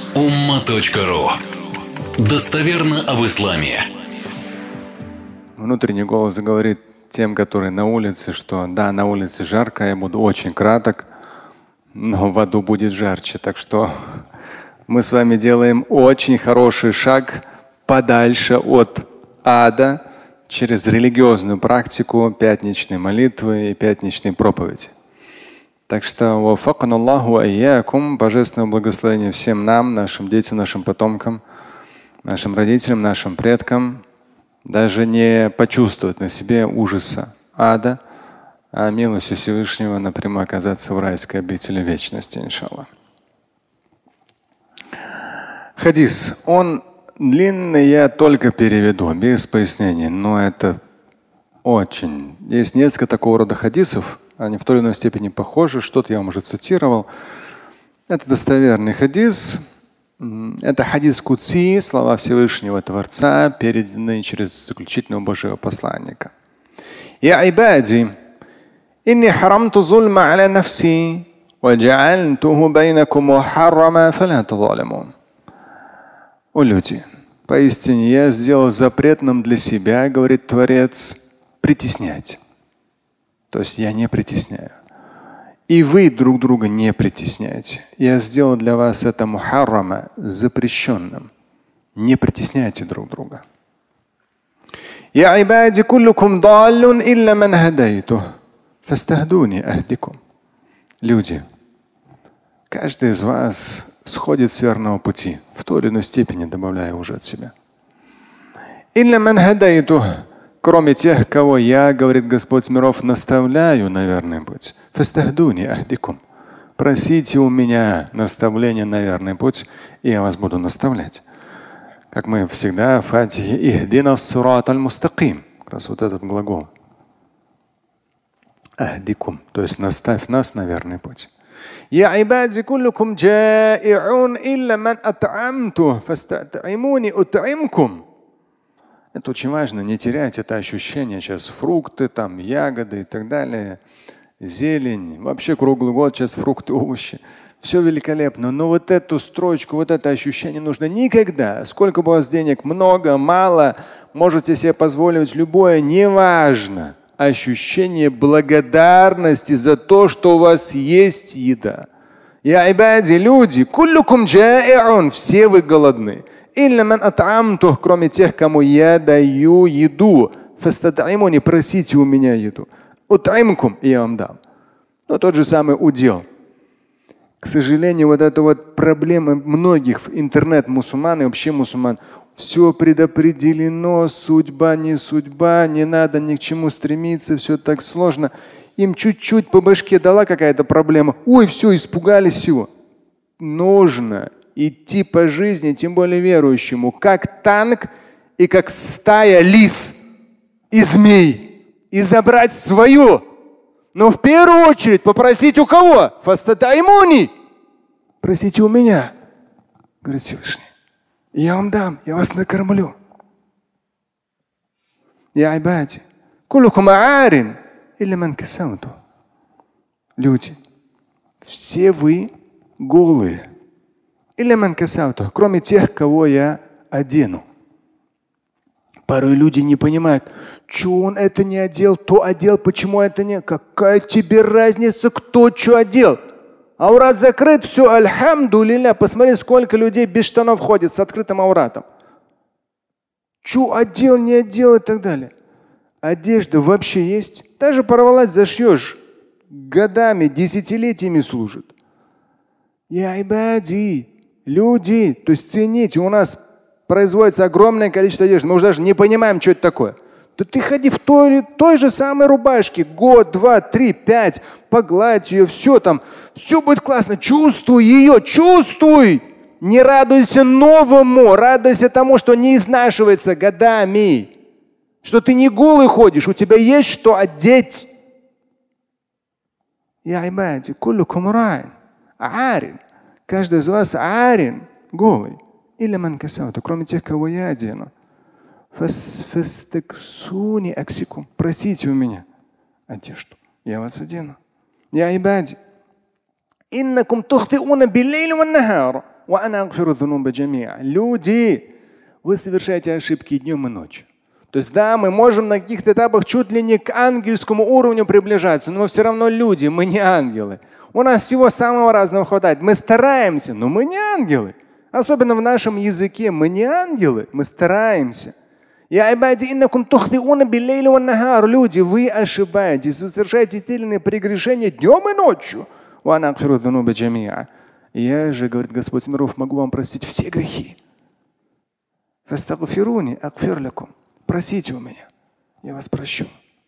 umma.ru. Достоверно об исламе. Внутренний голос говорит тем, которые на улице, что да, на улице жарко, я буду очень краток, но в аду будет жарче. Так что мы с вами делаем очень хороший шаг подальше от ада через религиозную практику пятничной молитвы и пятничной проповеди. Так что вафакана Аллаху айякум, божественное благословение всем нам, нашим детям, нашим потомкам, нашим родителям, нашим предкам, даже не почувствовать на себе ужаса ада, а милостью Всевышнего напрямую оказаться в райской обители вечности, иншаллах. Хадис. Он длинный, я только переведу, без пояснений, но это очень. Есть несколько такого рода хадисов, они в той или иной степени похожи, что-то я вам уже цитировал. Это достоверный хадис. Это хадис Кудси, слова Всевышнего Творца, переданные через заключительного Божьего посланника. «Я ибади, инни харамту зульма аля нафси, ва джа'альтуху байнакум мухаррама, фаля тазалимун». О люди, поистине я сделал запретным для себя, говорит Творец, притеснять. То есть я не притесняю. И вы друг друга не притесняете. Я сделал для вас это мухаррама, запрещенным. Не притесняйте друг друга. Я ибади куллукум даллун илля ман хадайту, фастахдуни ахдикум. Люди, каждый из вас сходит с верного пути, в той или иной степени добавляя уже от себя. Илля ман хадайту. Кроме тех, кого я, говорит Господь миров, наставляю на верный путь. Фастахдуни ахдикум. Просите у меня наставления на верный путь, и я вас буду наставлять. Как мы всегда в Фатихе ихдина ссират аль-мустаким. Как раз вот этот глагол. Ахдикум. То есть наставь нас на верный путь. Я ибади куллукум джаи'ун илля ман ат'амту фастат'имуни ут'имкум. Это очень важно, не терять это ощущение. Сейчас фрукты, там, ягоды и так далее, зелень, вообще круглый год сейчас фрукты, овощи. Все великолепно. Но вот эту строчку, вот это ощущение нужно никогда. Сколько бы у вас денег, много, мало, можете себе позволить любое, неважно. Ощущение благодарности за то, что у вас есть еда. Я ибади, люди, куллукум джаи'ун, все вы голодны. Кроме тех, кому я даю еду. Фастат'имуни, просите у меня еду. Ут'имкум, и я вам дам. Но тот же самый удел. К сожалению, вот эта вот проблема многих интернет-мусульман и вообще мусульман. Все предопределено, судьба, не надо ни к чему стремиться, все так сложно. Им чуть-чуть по башке дала какая-то проблема. Ой, все, испугались всего. Нужно идти по жизни, тем более верующему, как танк и как стая лис и змей, и забрать свое. Но в первую очередь попросить у кого? Фастат'имуни. Просите у меня, говорит Всевышний. Я вам дам, я вас накормлю. Я ибади. Куллукум аарин илля ман касавту. Люди, все вы голые. Кроме тех, кого я одену. Порой люди не понимают, что он это не одел, то одел, почему это не. Какая тебе разница, кто что одел? Аурат закрыт, все, альхамдулилля. Посмотри, сколько людей без штанов ходит с открытым ауратом. Что одел, не одел и так далее. Одежда вообще есть. Даже порвалась, зашьешь. Годами, десятилетиями служит. Я ибади. Люди, то есть цените, у нас производится огромное количество одежды, мы уже даже не понимаем, что это такое. Да ты ходи в той же самой рубашке год, 2, 3, 5, погладь ее, все там, все будет классно. Чувствуй ее, чувствуй. Не радуйся новому, радуйся тому, что не изнашивается годами. Что ты не голый ходишь, у тебя есть что одеть. Я ибади, куллукум ра'ин, аарин. Каждый из вас арин, голый. Или ман касавту, кроме тех, кого я одену. Фастаксуни аксикум. Просите у меня одежду. Я вас одену. Я ибади. Иннакум тухтиуна биллейли ван нахар. Люди, вы совершаете ошибки днем и ночью. То есть да, мы можем на каких-то этапах чуть ли не к ангельскому уровню приближаться, но мы все равно люди, мы не ангелы. У нас всего самого разного хватает. Мы стараемся, но мы не ангелы. Особенно в нашем языке мы не ангелы, мы стараемся. Люди, вы ошибаетесь, вы совершаете те или иные прегрешения днем и ночью. Я же, говорит Господь миров, могу вам простить все грехи. Просите у меня, я вас прощу.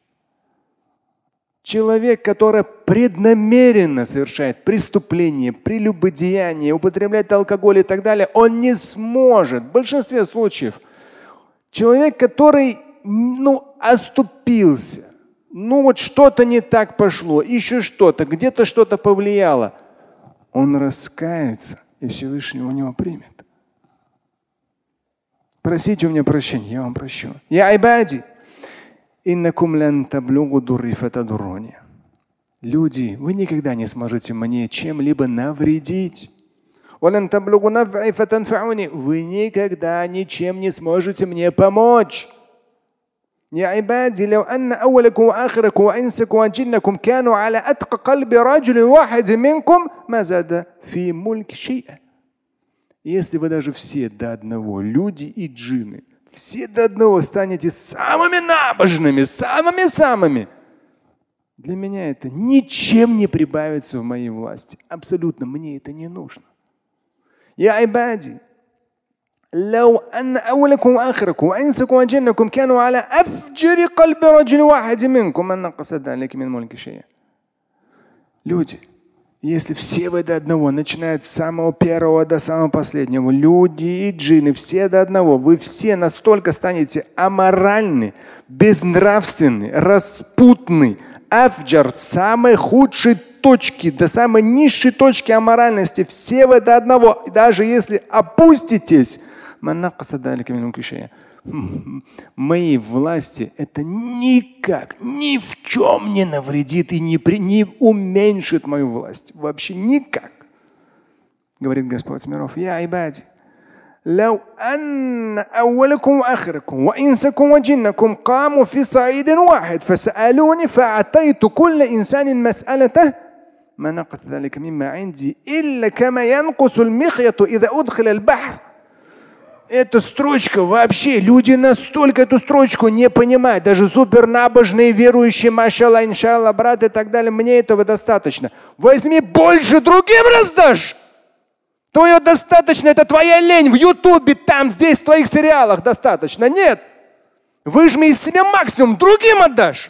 Человек, который преднамеренно совершает преступление, прелюбодеяние, употребляет алкоголь и так далее, он не сможет. В большинстве случаев человек, который оступился, вот что-то не так пошло, еще что-то, где-то что-то повлияло, он раскается, и Всевышний у него примет. Просите у меня прощения, я вам прощу. Я ибади. Люди, вы никогда не сможете мне чем-либо навредить. Вы никогда ничем не сможете мне помочь. يا عبادي لو أن أولكم وآخركم وإنسكم وجنكم كانوا على أتقى قلب رجل واحد منكم ما زاد في ملك شيئا. Если вы даже все до одного, люди и джинны, все до одного станете самыми набожными, самыми-самыми, для меня это ничем не прибавится в моей власти. Абсолютно мне это не нужно. Я عبادي لو أن أولكم وآخركم وإنسكم وجنكم كانوا على أفجر قلب رجل واحد منكم ما نقص ذلك من ملك شيئا. Люди, если все вы до одного, начиная от самого первого до самого последнего, люди и джинны, все до одного, вы все настолько станете аморальны, безнравственны, распутны, афджар, самой худшей точки, до самой низшей точки аморальности, все вы до одного, даже если опуститесь, моей власти это никак, ни в чем не навредит и не уменьшит мою власть. Вообще никак. Говорит Господь миров. Я ибади. لو أن أولكم وآخركم وإنسكم وجنكم قاموا في صعيد واحد فسألوني فأعطيت كل إنسان مسألته ما نقص ذلك مما عندي إلا كما ينقص المخيط إذا أدخل البحر. Эта строчка вообще, люди настолько эту строчку не понимают. Даже супернабожные, верующие, машалла, иншалла, брат и так далее. Мне этого достаточно. Возьми больше, другим раздашь. Твое достаточно, это твоя лень в Ютубе, там, здесь, в твоих сериалах достаточно. Нет. Выжми из себя максимум, другим отдашь.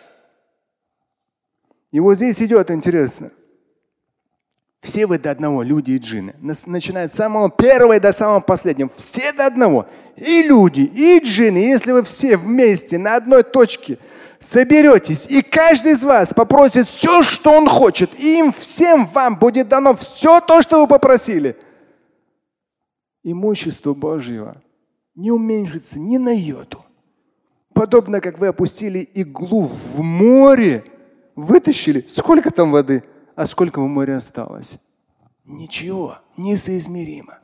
И вот здесь идет интересно. Все вы до одного, люди и джинны. Начиная с самого первого до самого последнего. Все до одного. И люди, и джинны. Если вы все вместе на одной точке соберетесь, и каждый из вас попросит все, что он хочет, и им всем вам будет дано все то, что вы попросили, имущество Божьего не уменьшится ни на йоту. Подобно как вы опустили иглу в море, вытащили, сколько там воды? А сколько в море осталось? Ничего, несоизмеримо.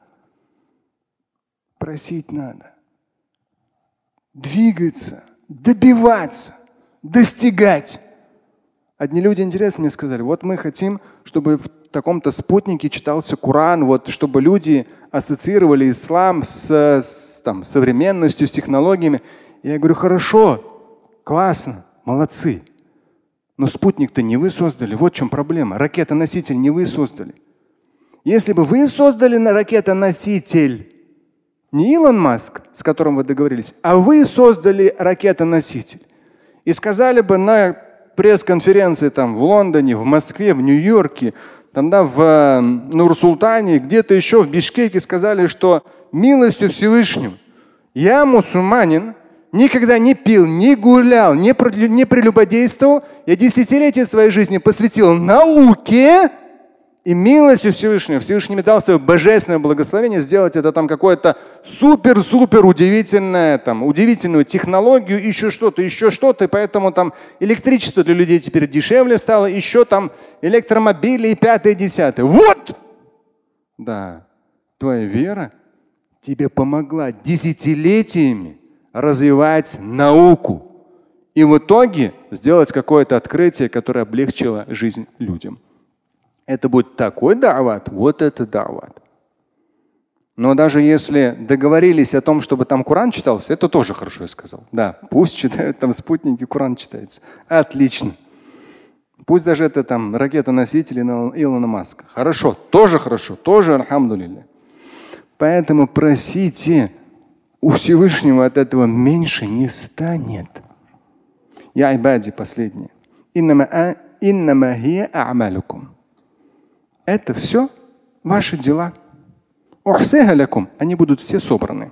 Просить надо. Двигаться, добиваться, достигать. Одни люди, интересно, мне сказали, вот мы хотим, чтобы в таком-то спутнике читался Коран, вот, чтобы люди ассоциировали ислам с современностью, с технологиями. Я говорю, хорошо, классно, молодцы. Но спутник-то не вы создали. Вот в чем проблема. Ракета-носитель не вы создали. Если бы вы создали ракета-носитель, не Илон Маск, с которым вы договорились, а вы создали ракета-носитель, и сказали бы на пресс-конференции там в Лондоне, в Москве, в Нью-Йорке, в Нур-Султане, где-то еще в Бишкеке сказали, что милостью Всевышним я мусульманин, никогда не пил, не гулял, не прелюбодействовал. Я десятилетия своей жизни посвятил науке и милостью Всевышнего. Всевышний мне дал свое божественное благословение сделать это там какое-то супер-супер удивительное, удивительную технологию, еще что-то. И поэтому там электричество для людей теперь дешевле стало, еще там электромобили и 5-е, 10-е. Вот! Да. твоя вера тебе помогла десятилетиями развивать науку и в итоге сделать какое-то открытие, которое облегчило жизнь людям. Это будет такой да'ват, вот это да'ват. Но даже если договорились о том, чтобы там Коран читался, это тоже хорошо, я сказал. Да, пусть читают там спутники, Коран читается. Отлично. Пусть даже это там ракета-носитель Илона Маска. Хорошо, тоже, альхамдулилля. Поэтому просите, у Всевышнего от этого меньше не станет. Я айбади, последнее. Иннама хия а'малукум. Это все ваши дела. Они будут все собраны.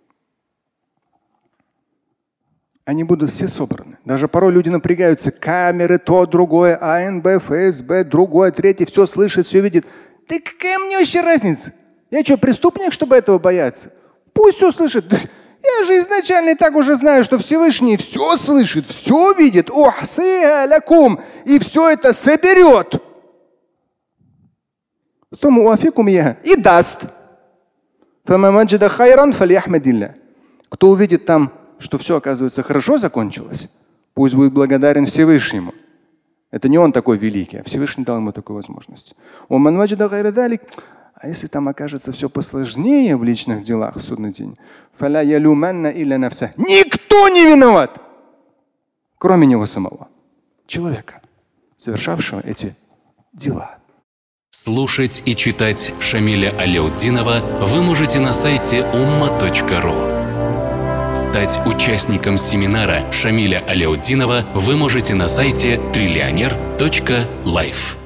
Они будут все собраны. Даже порой люди напрягаются. Камеры, то, другое, АНБ, ФСБ, другое, третье, все слышит, все видит. Да какая мне вообще разница? Я что, преступник, чтобы этого бояться? Пусть все слышит. Я же изначально и так уже знаю, что Всевышний все слышит, все видит. И все это соберет. И даст. Кто увидит там, что все, оказывается, хорошо закончилось, пусть будет благодарен Всевышнему. Это не он такой великий, а Всевышний дал ему такую возможность. А если там окажется все посложнее в личных делах в судный день, никто не виноват, кроме него самого, человека, совершавшего эти дела. Слушать и читать Шамиля Аляутдинова вы можете на сайте umma.ru. Стать участником семинара Шамиля Аляутдинова вы можете на сайте trillioner.life.